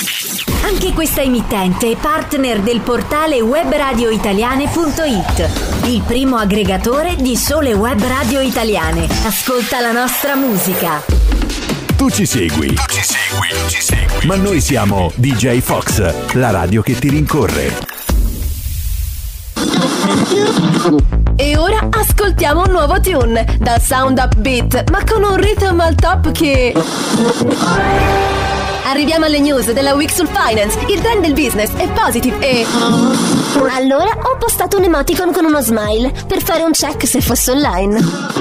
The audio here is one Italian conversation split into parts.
Anche questa emittente è partner del portale webradioitaliane.it, il primo aggregatore di sole web radio italiane. Ascolta la nostra musica. Tu ci segui. Ma noi siamo DJ Fox, la radio che ti rincorre. E ora ascoltiamo un nuovo tune dal sound upbeat, ma con un rhythm al top che... Arriviamo alle news della week sul finance. Il trend del business è positive e... Allora ho postato un emoticon con uno smile per fare un check se fosse online.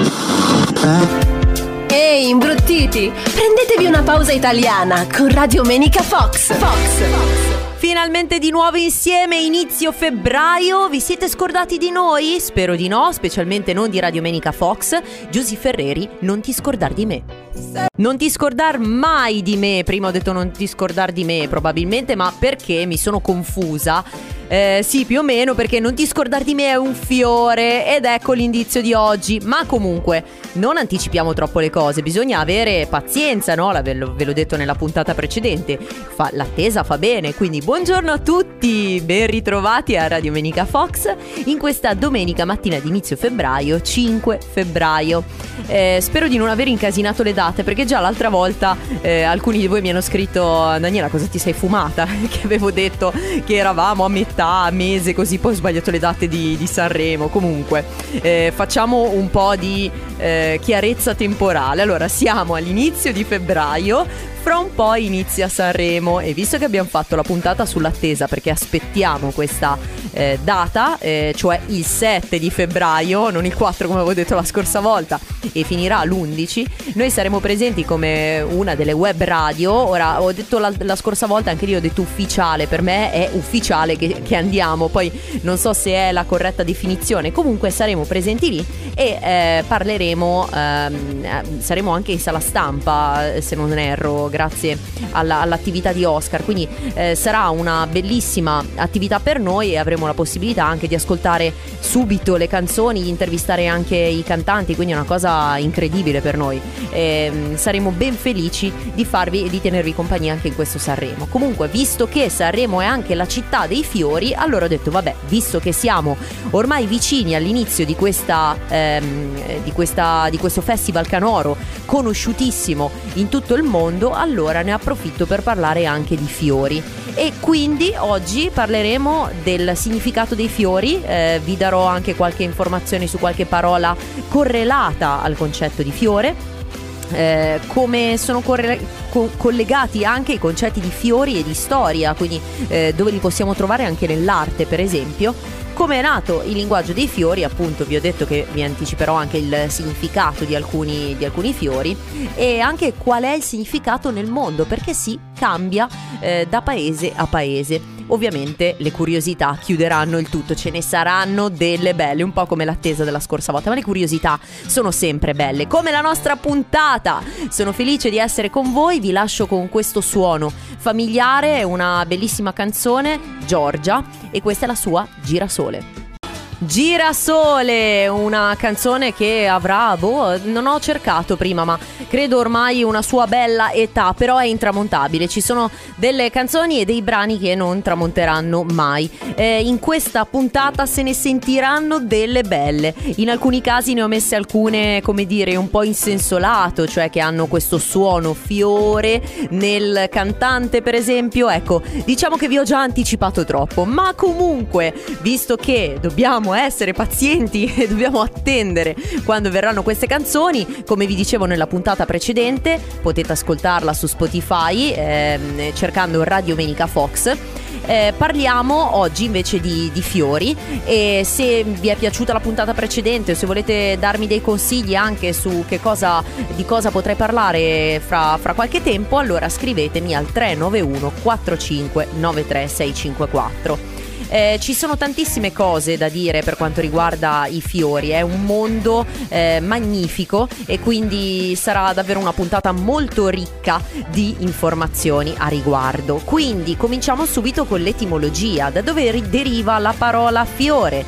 Ehi, imbruttiti, prendetevi una pausa italiana con Radio Menica Fox. Finalmente di nuovo insieme, inizio febbraio. Vi siete scordati di noi? Spero di no, specialmente non di Radio Menica Fox. Giusy Ferreri, non ti scordar di me. Non ti scordar mai di me. Prima ho detto non ti scordar di me probabilmente, ma perché mi sono confusa. Sì, più o meno, perché non ti scordar di me è un fiore ed ecco l'indizio di oggi. Ma comunque non anticipiamo troppo le cose, bisogna avere pazienza, no? Ve l'ho detto nella puntata precedente, l'attesa fa bene. Quindi buongiorno a tutti, ben ritrovati a Radio Menica Fox in questa domenica mattina di inizio febbraio, 5 febbraio. Spero di non aver incasinato le date, perché già l'altra volta alcuni di voi mi hanno scritto: Daniela, cosa ti sei fumata? Che avevo detto che eravamo a metà mese, così poi ho sbagliato le date di Sanremo. Comunque facciamo un po' di chiarezza temporale. Allora, siamo all'inizio di febbraio, fra un po' inizia Sanremo e visto che abbiamo fatto la puntata sull'attesa, perché aspettiamo questa data, cioè il 7 di febbraio, non il 4 come avevo detto la scorsa volta, e finirà l'11, noi saremo presenti come una delle web radio. Ora, ho detto la scorsa volta, anche lì ho detto ufficiale, per me è ufficiale che andiamo, poi non so se è la corretta definizione. Comunque saremo presenti lì e parleremo, saremo anche in sala stampa, se non erro, grazie all'attività di Oscar, quindi sarà una bellissima attività per noi e avremo la possibilità anche di ascoltare subito le canzoni, di intervistare anche i cantanti, quindi è una cosa incredibile per noi. Saremo ben felici di farvi e di tenervi compagnia anche in questo Sanremo. Comunque, visto che Sanremo è anche la città dei fiori, allora ho detto vabbè, visto che siamo ormai vicini all'inizio di questo festival canoro conosciutissimo in tutto il mondo, allora ne approfitto per parlare anche di fiori. E quindi oggi parleremo del significato dei fiori, vi darò anche qualche informazione su qualche parola correlata al concetto di fiore, come sono collegati anche i concetti di fiori e di storia, quindi dove li possiamo trovare anche nell'arte, per esempio. Come è nato il linguaggio dei fiori, appunto vi ho detto che vi anticiperò anche il significato di alcuni fiori e anche qual è il significato nel mondo, perché si cambia da paese a paese. Ovviamente le curiosità chiuderanno il tutto, ce ne saranno delle belle, un po' come l'attesa della scorsa volta, ma le curiosità sono sempre belle, come la nostra puntata. Sono felice di essere con voi, vi lascio con questo suono familiare, una bellissima canzone, Giorgia, e questa è la sua Girasole. Girasole, una canzone che avrà, non ho cercato prima, ma credo ormai una sua bella età, però è intramontabile. Ci sono delle canzoni e dei brani che non tramonteranno mai. In questa puntata se ne sentiranno delle belle. In alcuni casi ne ho messe alcune, come dire, un po' in senso lato, cioè che hanno questo suono fiore nel cantante, per esempio. Ecco, diciamo che vi ho già anticipato troppo, ma comunque, visto che dobbiamo essere pazienti e dobbiamo attendere quando verranno queste canzoni, come vi dicevo nella puntata precedente, potete ascoltarla su Spotify cercando Radio Menica Fox. Parliamo oggi invece di fiori, e se vi è piaciuta la puntata precedente o se volete darmi dei consigli anche su di cosa potrei parlare fra qualche tempo, allora scrivetemi al 391 45 93 654. Ci sono tantissime cose da dire per quanto riguarda i fiori, è un mondo magnifico e quindi sarà davvero una puntata molto ricca di informazioni a riguardo. Quindi cominciamo subito con l'etimologia, da dove deriva la parola fiore.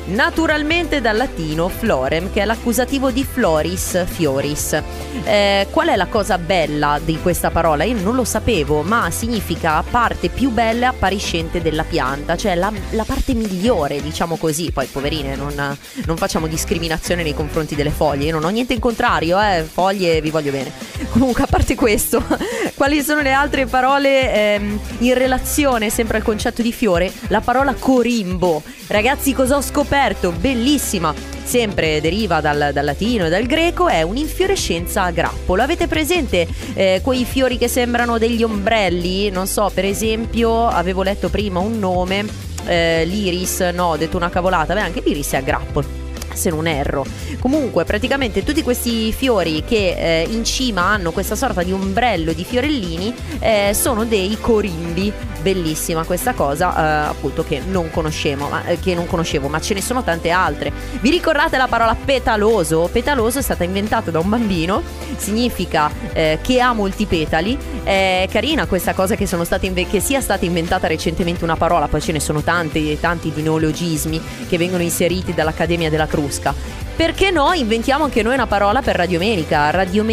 naturalmente dal latino florem, che è l'accusativo di floris, fioris. Qual è la cosa bella di questa parola? Io non lo sapevo, ma significa parte più bella appariscente della pianta, cioè la parte migliore, diciamo così. Poi poverine, non facciamo discriminazione nei confronti delle foglie, io non ho niente in contrario, foglie, vi voglio bene. Comunque, a parte questo, quali sono le altre parole in relazione sempre al concetto di fiore? La parola corimbo. Ragazzi, cosa ho scoperto? Bellissima, sempre deriva dal latino e dal greco, è un'infiorescenza a grappolo. Avete presente quei fiori che sembrano degli ombrelli? Non so, per esempio, avevo letto prima un nome, l'iris, no, ho detto una cavolata, beh, anche l'iris è a grappolo, se non erro. Comunque praticamente tutti questi fiori che in cima hanno questa sorta di ombrello di fiorellini sono dei corimbi. Bellissima questa cosa, appunto, che non conoscevo, ma ce ne sono tante altre. Vi ricordate la parola petaloso? Petaloso è stata inventata da un bambino, significa che ha molti petali. È carina questa cosa che sia stata inventata recentemente una parola, poi ce ne sono tanti di neologismi che vengono inseriti dall'Accademia della Crusca. Perché no, inventiamo anche noi una parola per radiomenica,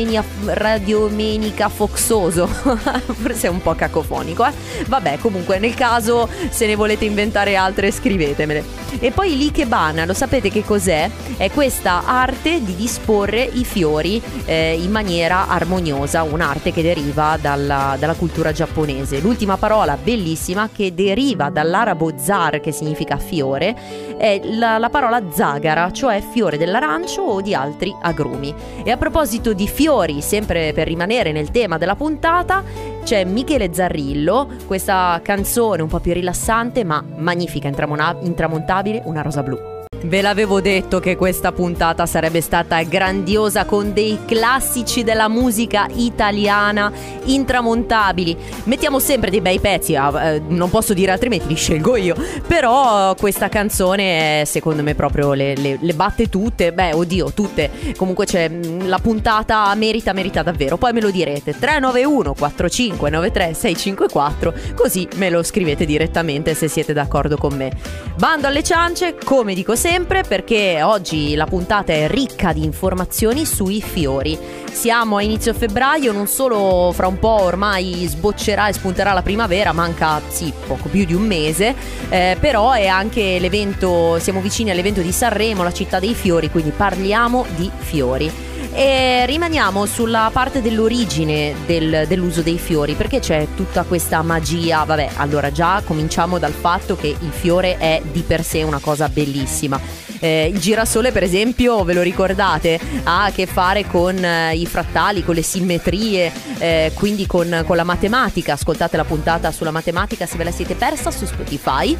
radiomenica foxoso. Forse è un po' cacofonico, Vabbè, comunque, nel caso, se ne volete inventare altre, scrivetemele. E poi l'ikebana, lo sapete che cos'è? È questa arte di disporre i fiori in maniera armoniosa, un'arte che deriva dalla cultura giapponese. L'ultima parola bellissima, che deriva dall'arabo zar, che significa fiore, è la parola zagara, cioè fiore dell'arancio o di altri agrumi. E a proposito di fiori, sempre per rimanere nel tema della puntata, c'è Michele Zarrillo, questa canzone un po' più rilassante ma magnifica, intramontabile, Una rosa blu. Ve l'avevo detto che questa puntata sarebbe stata grandiosa, con dei classici della musica italiana intramontabili. Mettiamo sempre dei bei pezzi, non posso dire altrimenti, li scelgo io. Però questa canzone secondo me proprio le batte tutte. Beh, oddio, tutte. Comunque la puntata merita davvero. Poi me lo direte 391 4593 654, così me lo scrivete direttamente se siete d'accordo con me. Bando alle ciance, come dico sempre, perché oggi la puntata è ricca di informazioni sui fiori. Siamo a inizio febbraio, non solo fra un po' ormai sboccerà e spunterà la primavera, manca poco più di un mese, però è anche l'evento, siamo vicini all'evento di Sanremo, la città dei fiori, quindi parliamo di fiori. E rimaniamo sulla parte dell'origine dell'uso dei fiori, perché c'è tutta questa magia. Vabbè, allora già cominciamo dal fatto che il fiore è di per sé una cosa bellissima. Il girasole, per esempio, ve lo ricordate? Ha a che fare con i frattali, con le simmetrie, quindi con la matematica. Ascoltate la puntata sulla matematica se ve la siete persa su Spotify.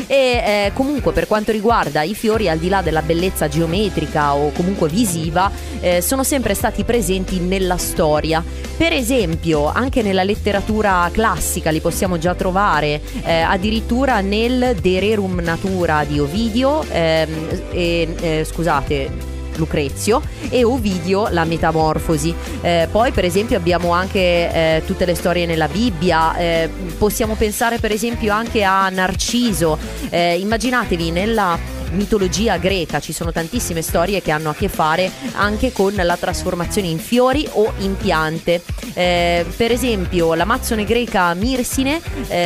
E comunque, per quanto riguarda i fiori, al di là della bellezza geometrica o comunque visiva, sono sempre stati presenti nella storia. Per esempio, anche nella letteratura classica li possiamo già trovare, addirittura nel De Rerum Natura di Ovidio, Lucrezio, e Ovidio la Metamorfosi. Poi per esempio abbiamo anche tutte le storie nella Bibbia. Possiamo pensare per esempio anche a Narciso. Immaginatevi, nella mitologia greca ci sono tantissime storie che hanno a che fare anche con la trasformazione in fiori o in piante. Per esempio l'amazzone greca Mirsine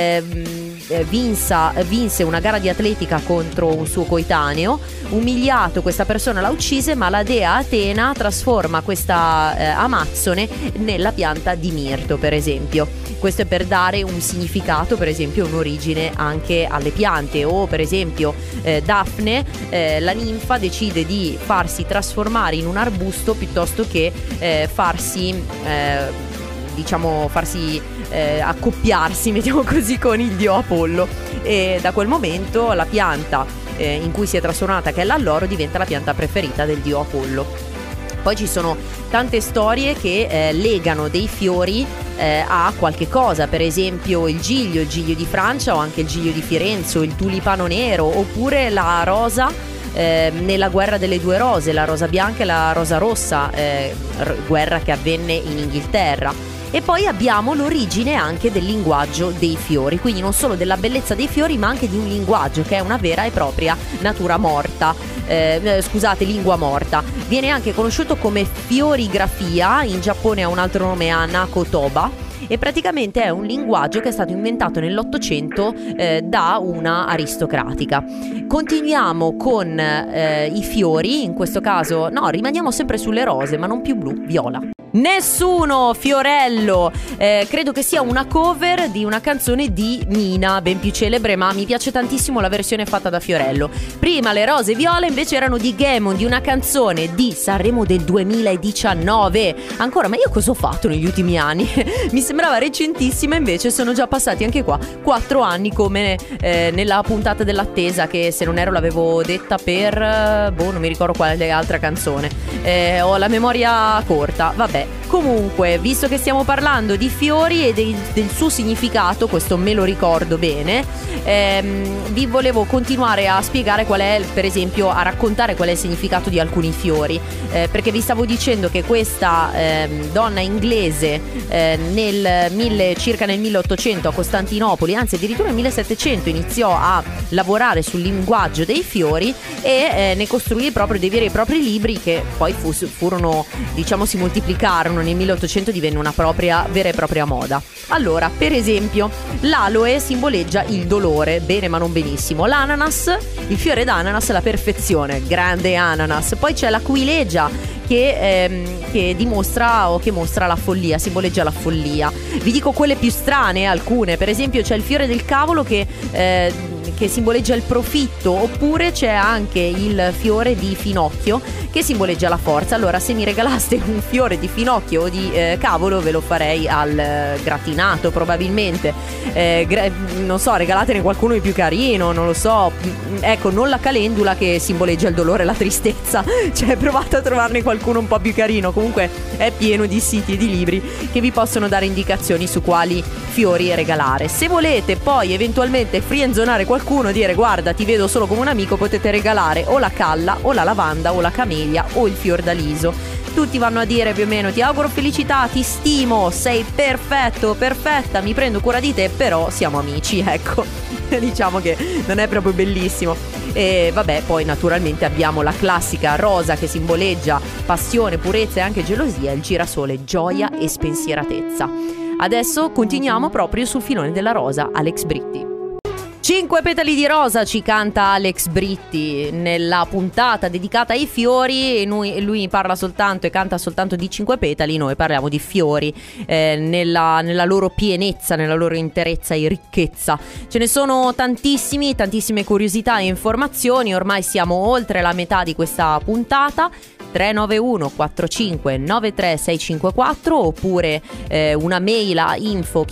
vinse una gara di atletica contro un suo coetaneo. Umiliato, questa persona la uccise, ma la dea Atena trasforma questa amazzone nella pianta di mirto, per esempio. Questo è per dare un significato, per esempio un'origine anche alle piante. O per esempio Daphne, la ninfa, decide di farsi trasformare in un arbusto piuttosto che farsi accoppiarsi, mettiamo così, con il dio Apollo. E da quel momento la pianta in cui si è trasformata, che è l'alloro, diventa la pianta preferita del dio Apollo. Poi ci sono tante storie che legano dei fiori a qualche cosa, per esempio il giglio di Francia, o anche il giglio di Firenze, o il tulipano nero, oppure la rosa nella guerra delle due rose, la rosa bianca e la rosa rossa, guerra che avvenne in Inghilterra. E poi abbiamo l'origine anche del linguaggio dei fiori, quindi non solo della bellezza dei fiori ma anche di un linguaggio che è una vera e propria natura morta, lingua morta. Viene anche conosciuto come fiorigrafia, in Giappone ha un altro nome, Anakotoba, e praticamente è un linguaggio che è stato inventato nell'Ottocento da una aristocratica. Continuiamo con i fiori, in questo caso rimaniamo sempre sulle rose, ma non più blu, viola. Nessuno, Fiorello, credo che sia una cover di una canzone di Mina, ben più celebre, ma mi piace tantissimo la versione fatta da Fiorello. Prima le rose viola invece erano di Gaemon, di una canzone di Sanremo del 2019. Ancora, ma io cosa ho fatto negli ultimi anni? Mi sembrava recentissima, invece sono già passati anche qua 4 anni, come nella puntata dell'attesa, che se non ero l'avevo detta per non mi ricordo quale altra canzone. Ho la memoria corta, vabbè. Comunque, visto che stiamo parlando di fiori e del suo significato, questo me lo ricordo bene, vi volevo continuare a spiegare qual è, per esempio, a raccontare qual è il significato di alcuni fiori, perché vi stavo dicendo che questa donna inglese circa nel 1800 a Costantinopoli, anzi addirittura nel 1700, iniziò a lavorare sul linguaggio dei fiori e ne costruì proprio dei veri e propri libri che poi furono, si moltiplicarono. Nel 1800 divenne una vera e propria moda. Allora, per esempio, l'aloe simboleggia il dolore, bene ma non benissimo. L'ananas, il fiore d'ananas, la perfezione, grande ananas. Poi c'è l'aquilegia che dimostra o che mostra la follia, simboleggia la follia. Vi dico quelle più strane, alcune. Per esempio c'è il fiore del cavolo che simboleggia il profitto, oppure c'è anche il fiore di finocchio che simboleggia la forza. Allora, se mi regalaste un fiore di finocchio o di cavolo, ve lo farei al gratinato probabilmente. Non so, regalatene qualcuno di più carino, non lo so. Ecco, non la calendula che simboleggia il dolore e la tristezza. Cioè, provate a trovarne qualcuno un po' più carino. Comunque è pieno di siti e di libri che vi possono dare indicazioni su quali fiori regalare. Se volete poi eventualmente frienzonare qualcuno, dire guarda, ti vedo solo come un amico, potete regalare o la calla o la lavanda o la camellia o il fiordaliso. Tutti vanno a dire più o meno: ti auguro felicità, ti stimo, sei perfetto, perfetta, mi prendo cura di te, però siamo amici, ecco. Diciamo che non è proprio bellissimo. E vabbè, poi naturalmente abbiamo la classica rosa che simboleggia passione, purezza e anche gelosia, il girasole, gioia e spensieratezza. Adesso continuiamo proprio sul filone della rosa, Alex Britti. 5 petali di rosa ci canta Alex Britti nella puntata dedicata ai fiori. Lui parla soltanto e canta soltanto di 5 petali, noi parliamo di fiori nella loro pienezza, nella loro interezza e ricchezza. Ce ne sono tantissime curiosità e informazioni, ormai siamo oltre la metà di questa puntata. 391 45 93 654 oppure una mail a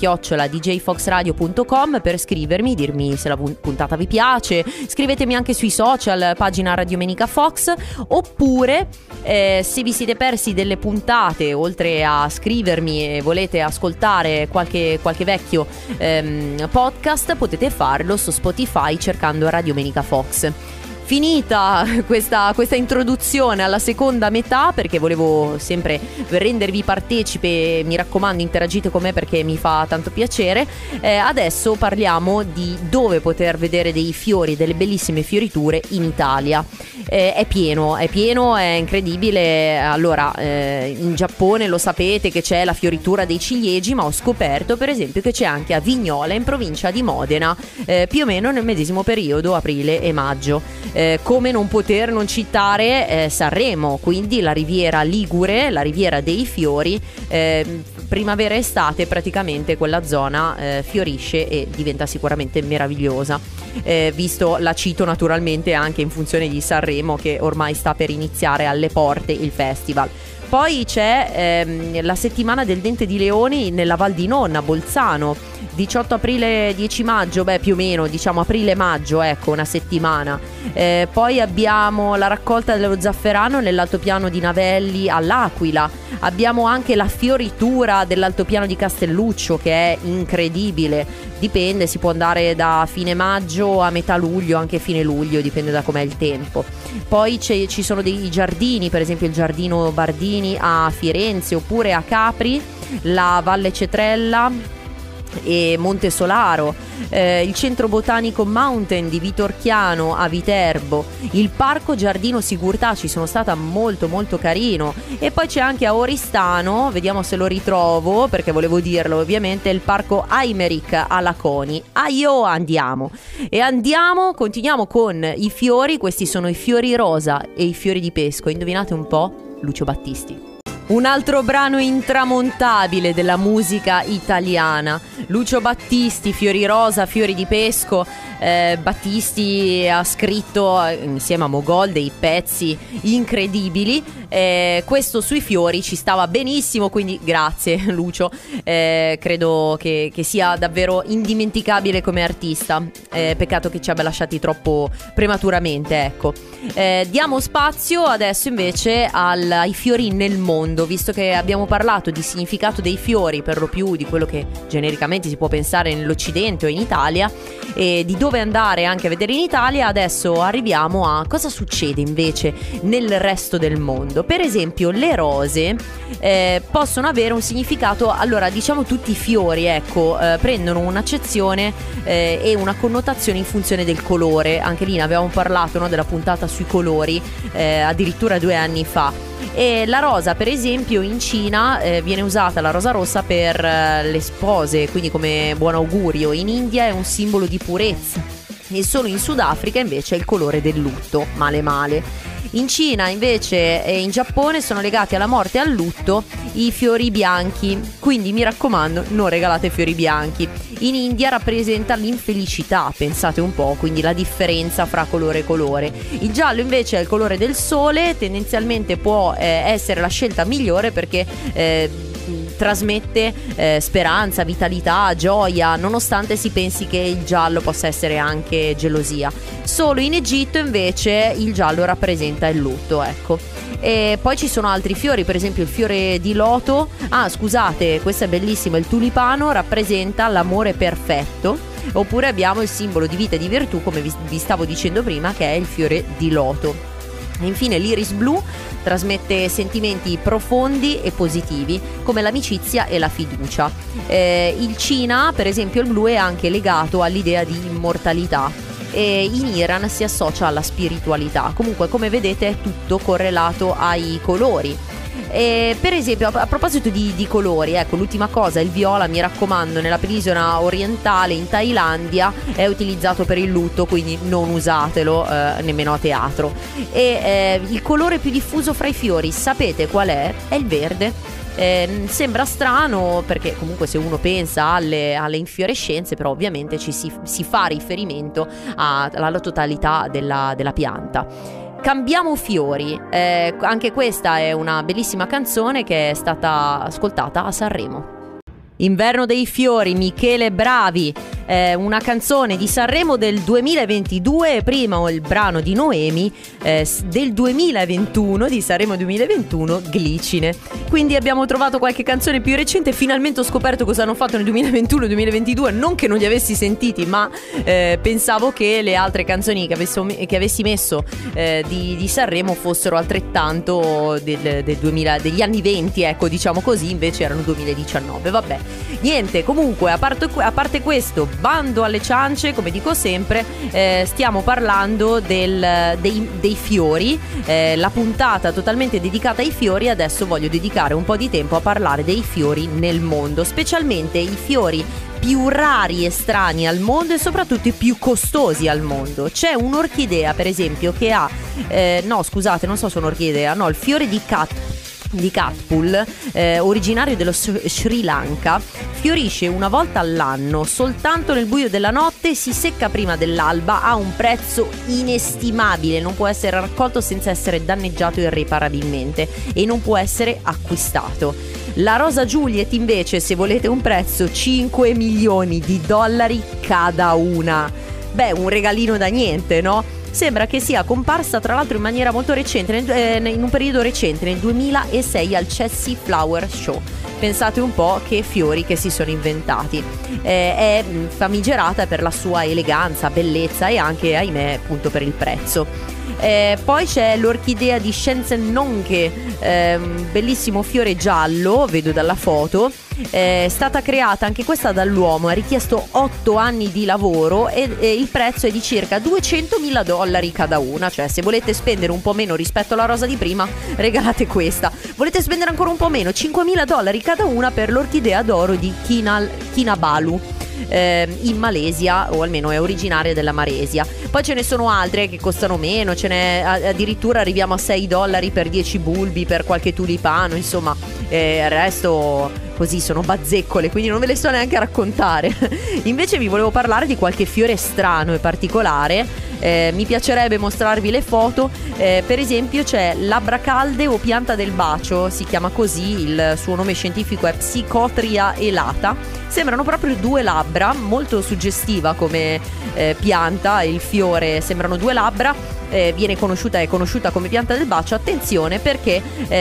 info@djfoxradio.com per scrivermi, dirmi se la puntata vi piace. Scrivetemi anche sui social, pagina Radio Menica Fox, oppure se vi siete persi delle puntate, oltre a scrivermi e volete ascoltare qualche vecchio podcast, potete farlo su Spotify cercando Radio Menica Fox. Finita questa introduzione alla seconda metà, perché volevo sempre rendervi partecipe, mi raccomando interagite con me perché mi fa tanto piacere. Adesso parliamo di dove poter vedere dei fiori, delle bellissime fioriture in Italia. È pieno, è incredibile. Allora, in Giappone lo sapete che c'è la fioritura dei ciliegi, ma ho scoperto per esempio che c'è anche a Vignola, in provincia di Modena, più o meno nel medesimo periodo, aprile e maggio. Come non poter non citare Sanremo, quindi la riviera ligure, la riviera dei fiori. Primavera e estate praticamente quella zona fiorisce e diventa sicuramente meravigliosa. Visto, la cito naturalmente anche in funzione di Sanremo, che ormai sta per iniziare alle porte il festival. Poi c'è la settimana del Dente di Leone nella Val di Non, a Bolzano. 18 aprile 10 maggio, più o meno diciamo aprile-maggio, ecco, una settimana. Poi abbiamo la raccolta dello zafferano nell'altopiano di Navelli all'Aquila. Abbiamo anche la fioritura dell'altopiano di Castelluccio, che è incredibile. Dipende, si può andare da fine maggio a metà luglio, anche fine luglio, dipende da com'è il tempo. Poi ci sono dei giardini, per esempio il giardino Bardini a Firenze, oppure a Capri la Valle Cetrella e Monte Solaro, il centro botanico Mountain di Vitorchiano a Viterbo, il parco Giardino Sigurtà, ci sono stata, molto molto carino. E poi c'è anche a Oristano, vediamo se lo ritrovo perché volevo dirlo ovviamente, il parco Aimeric a Laconi. Andiamo, continuiamo con i fiori. Questi sono i fiori rosa e i fiori di pesco. Indovinate un po'? Lucio Battisti. Un altro brano intramontabile della musica italiana. Lucio Battisti, fiori rosa, fiori di pesco. Battisti ha scritto insieme a Mogol dei pezzi incredibili. Questo sui fiori ci stava benissimo, quindi grazie Lucio. Credo che sia davvero indimenticabile come artista. Peccato che ci abbia lasciati troppo prematuramente, ecco. Diamo spazio adesso invece ai fiori nel mondo, visto che abbiamo parlato di significato dei fiori, per lo più di quello che genericamente si può pensare nell'Occidente o in Italia, e di dove andare anche a vedere in Italia. Adesso arriviamo a cosa succede invece nel resto del mondo. Per esempio le rose possono avere un significato, allora diciamo tutti i fiori, ecco, prendono un'accezione e una connotazione in funzione del colore. Anche lì ne avevamo parlato, no, della puntata sui colori addirittura 2 anni fa. E la rosa, per esempio, in Cina viene usata la rosa rossa per le spose, quindi come buon augurio. In India è un simbolo di purezza, e solo in Sudafrica invece è il colore del lutto, male. In Cina invece e in Giappone sono legati alla morte e al lutto i fiori bianchi, quindi mi raccomando, non regalate fiori bianchi. In India rappresenta l'infelicità, pensate un po', quindi la differenza fra colore e colore. Il giallo invece è il colore del sole, tendenzialmente può essere la scelta migliore perché trasmette speranza, vitalità, gioia, nonostante si pensi che il giallo possa essere anche gelosia. Solo in Egitto invece il giallo rappresenta il lutto, ecco. E poi ci sono altri fiori, per esempio il fiore di loto. Scusate, questo è bellissimo, il tulipano rappresenta l'amore perfetto. Oppure abbiamo il simbolo di vita e di virtù, come vi stavo dicendo prima, che è il fiore di loto. E infine l'iris blu trasmette sentimenti profondi e positivi come l'amicizia e la fiducia. Il Cina, per esempio, il blu è anche legato all'idea di immortalità, e in Iran si associa alla spiritualità. Comunque, come vedete, è tutto correlato ai colori. Per esempio, a proposito di colori, ecco, l'ultima cosa, il viola, mi raccomando, nella penisola orientale, in Thailandia, è utilizzato per il lutto, quindi non usatelo nemmeno a teatro. E il colore più diffuso fra i fiori, sapete qual è? È il verde. Sembra strano perché comunque se uno pensa alle infiorescenze, però ovviamente si fa riferimento alla totalità della pianta. Cambiamo fiori, anche questa è una bellissima canzone che è stata ascoltata a Sanremo. Inverno dei fiori, Michele Bravi, una canzone di Sanremo del 2022, prima il brano di Noemi del 2021, di Sanremo 2021, Glicine. Quindi abbiamo trovato qualche canzone più recente. Finalmente ho scoperto cosa hanno fatto nel 2021-2022, non che non li avessi sentiti, ma pensavo che le altre canzoni che avessi messo di Sanremo fossero altrettanto degli anni 20, ecco, diciamo così, invece erano 2019, vabbè. Niente, comunque, a parte questo, bando alle ciance, come dico sempre, stiamo parlando dei fiori, la puntata totalmente dedicata ai fiori. Adesso voglio dedicare un po' di tempo a parlare dei fiori nel mondo, specialmente i fiori più rari e strani al mondo e soprattutto i più costosi al mondo. C'è un'orchidea, per esempio, che ha no, scusate, non so se è un'orchidea, no, il fiore di Catpul, originario dello Sri Lanka, fiorisce una volta all'anno, soltanto nel buio della notte, si secca prima dell'alba, ha un prezzo inestimabile, non può essere raccolto senza essere danneggiato irreparabilmente e non può essere acquistato. La Rosa Juliet invece, se volete un prezzo, $5 milioni cada una. Beh, un regalino da niente, no? Sembra che sia comparsa tra l'altro in maniera molto recente, in un periodo recente, nel 2006 al Chelsea Flower Show. Pensate un po' che fiori che si sono inventati. È famigerata per la sua eleganza, bellezza e anche, ahimè, appunto per il prezzo. Poi c'è l'orchidea di Shenzhen Nongke, bellissimo fiore giallo, vedo dalla foto. È stata creata anche questa dall'uomo, ha richiesto 8 anni di lavoro e il prezzo è di circa $200.000 cada una. Cioè, se volete spendere un po' meno rispetto alla rosa di prima, regalate questa. Volete spendere ancora un po' meno, $5.000 cada una per l'orchidea d'oro di Kinabalu in Malesia, o almeno è originaria della Malesia. Poi ce ne sono altre che costano meno, ce n'è addirittura arriviamo a $6 per 10 bulbi, per qualche tulipano, insomma, il resto così sono bazzeccole, quindi non ve le sto neanche a raccontare. Invece vi volevo parlare di qualche fiore strano e particolare. Mi piacerebbe mostrarvi le foto. Per esempio c'è l'Abracalde o pianta del bacio, si chiama così, il suo nome scientifico è Psychotria elata. Sembrano proprio 2 labbra, molto suggestiva come pianta, il fiore sembrano 2 labbra. È conosciuta come pianta del bacio. Attenzione, perché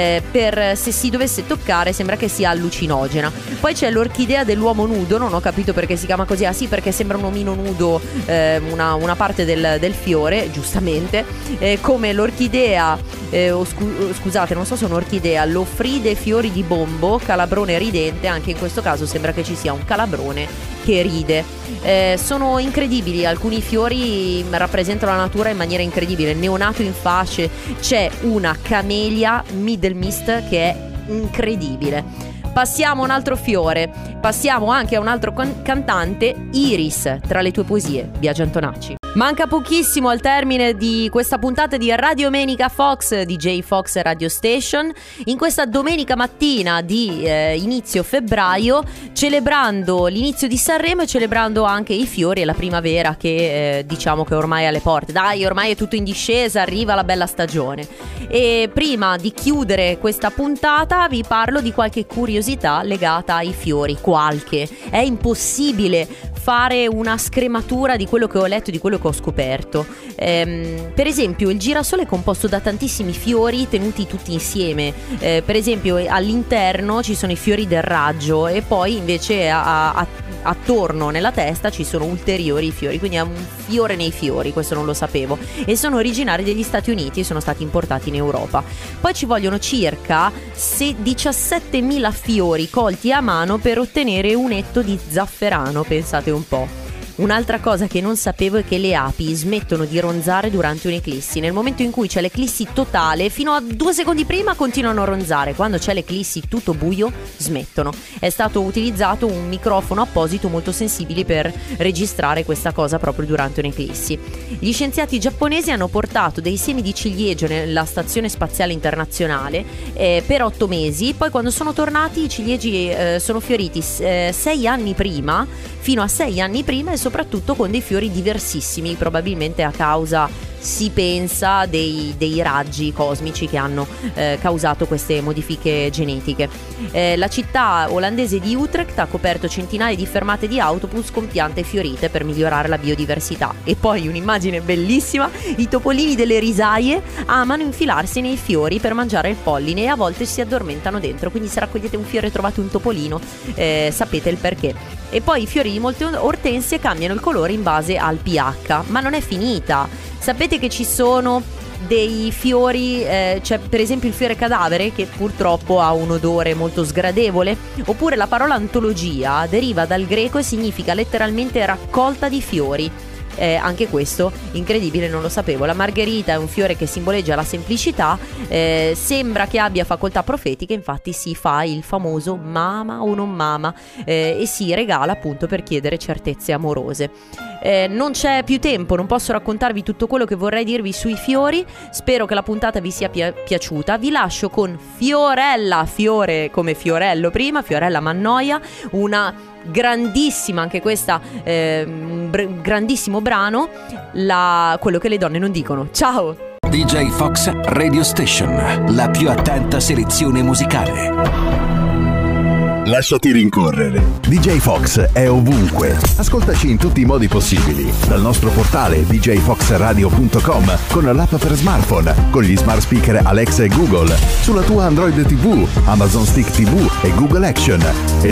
se si dovesse toccare sembra che sia allucinogena. Poi c'è l'orchidea dell'uomo nudo, non ho capito perché si chiama così. Ah sì, perché sembra un omino nudo, una parte del fiore, giustamente, come l'orchidea scusate, non so se è un'orchidea, l'Offride fiori di bombo, calabrone ridente. Anche in questo caso sembra che ci sia un calabrone che ride. Sono incredibili, alcuni fiori rappresentano la natura in maniera incredibile. Neonato in fasce, c'è una camelia Middle Mist che è incredibile. Passiamo a un altro fiore, passiamo anche a un altro cantante, Iris, tra le tue poesie, Biagio Antonacci. Manca pochissimo al termine di questa puntata di Radio Menica Fox, DJ Fox Radio Station, in questa domenica mattina di inizio febbraio, celebrando l'inizio di Sanremo e celebrando anche i fiori e la primavera che diciamo che ormai è alle porte. Dai, ormai è tutto in discesa, arriva la bella stagione. E prima di chiudere questa puntata vi parlo di qualche curiosità legata ai fiori, è impossibile fare una scrematura di quello che ho letto, di quello che ho scoperto. Per esempio il girasole è composto da tantissimi fiori tenuti tutti insieme. Per esempio all'interno ci sono i fiori del raggio e poi invece attorno nella testa ci sono ulteriori fiori, quindi è un fiore nei fiori, questo non lo sapevo, e sono originari degli Stati Uniti e sono stati importati in Europa. Poi ci vogliono circa 17.000 fiori colti a mano per ottenere un etto di zafferano, pensate un po'. Un'altra cosa che non sapevo è che le api smettono di ronzare durante un'eclissi. Nel momento in cui c'è l'eclissi totale, fino a 2 secondi prima continuano a ronzare. Quando c'è l'eclissi tutto buio, smettono. È stato utilizzato un microfono apposito molto sensibile per registrare questa cosa proprio durante un'eclissi. Gli scienziati giapponesi hanno portato dei semi di ciliegio nella Stazione Spaziale Internazionale per 8 mesi. Poi quando sono tornati i ciliegi sono fioriti 6 anni prima, fino a 6 anni prima, e soprattutto con dei fiori diversissimi, probabilmente a causa, si pensa, dei raggi cosmici che hanno causato queste modifiche genetiche. La città olandese di Utrecht ha coperto centinaia di fermate di autobus con piante fiorite per migliorare la biodiversità. E poi un'immagine bellissima: i topolini delle risaie amano infilarsi nei fiori per mangiare il polline e a volte si addormentano dentro, quindi se raccogliete un fiore e trovate un topolino sapete il perché. E poi i fiori di molte ortensie cambiano il colore in base al pH, ma non è finita. Sapete che ci sono dei fiori, c'è per esempio il fiore cadavere che purtroppo ha un odore molto sgradevole, oppure la parola antologia deriva dal greco e significa letteralmente raccolta di fiori. Anche questo incredibile, non lo sapevo. La margherita è un fiore che simboleggia la semplicità, sembra che abbia facoltà profetiche, infatti si fa il famoso mama o non mama e si regala appunto per chiedere certezze amorose. Non c'è più tempo, non posso raccontarvi tutto quello che vorrei dirvi sui fiori. Spero che la puntata vi sia piaciuta. Vi lascio con Fiorella, fiore come fiorello prima, Fiorella Mannoia, una grandissima, anche questa grandissimo brano, quello che le donne non dicono. Ciao! DJ Fox Radio Station, la più attenta selezione musicale. lasciati rincorrere. DJ Fox è ovunque. Ascoltaci in tutti i modi possibili. Dal nostro portale djfoxradio.com, con l'app per smartphone, con gli smart speaker Alexa e Google, sulla tua Android TV, Amazon Stick TV e Google Action.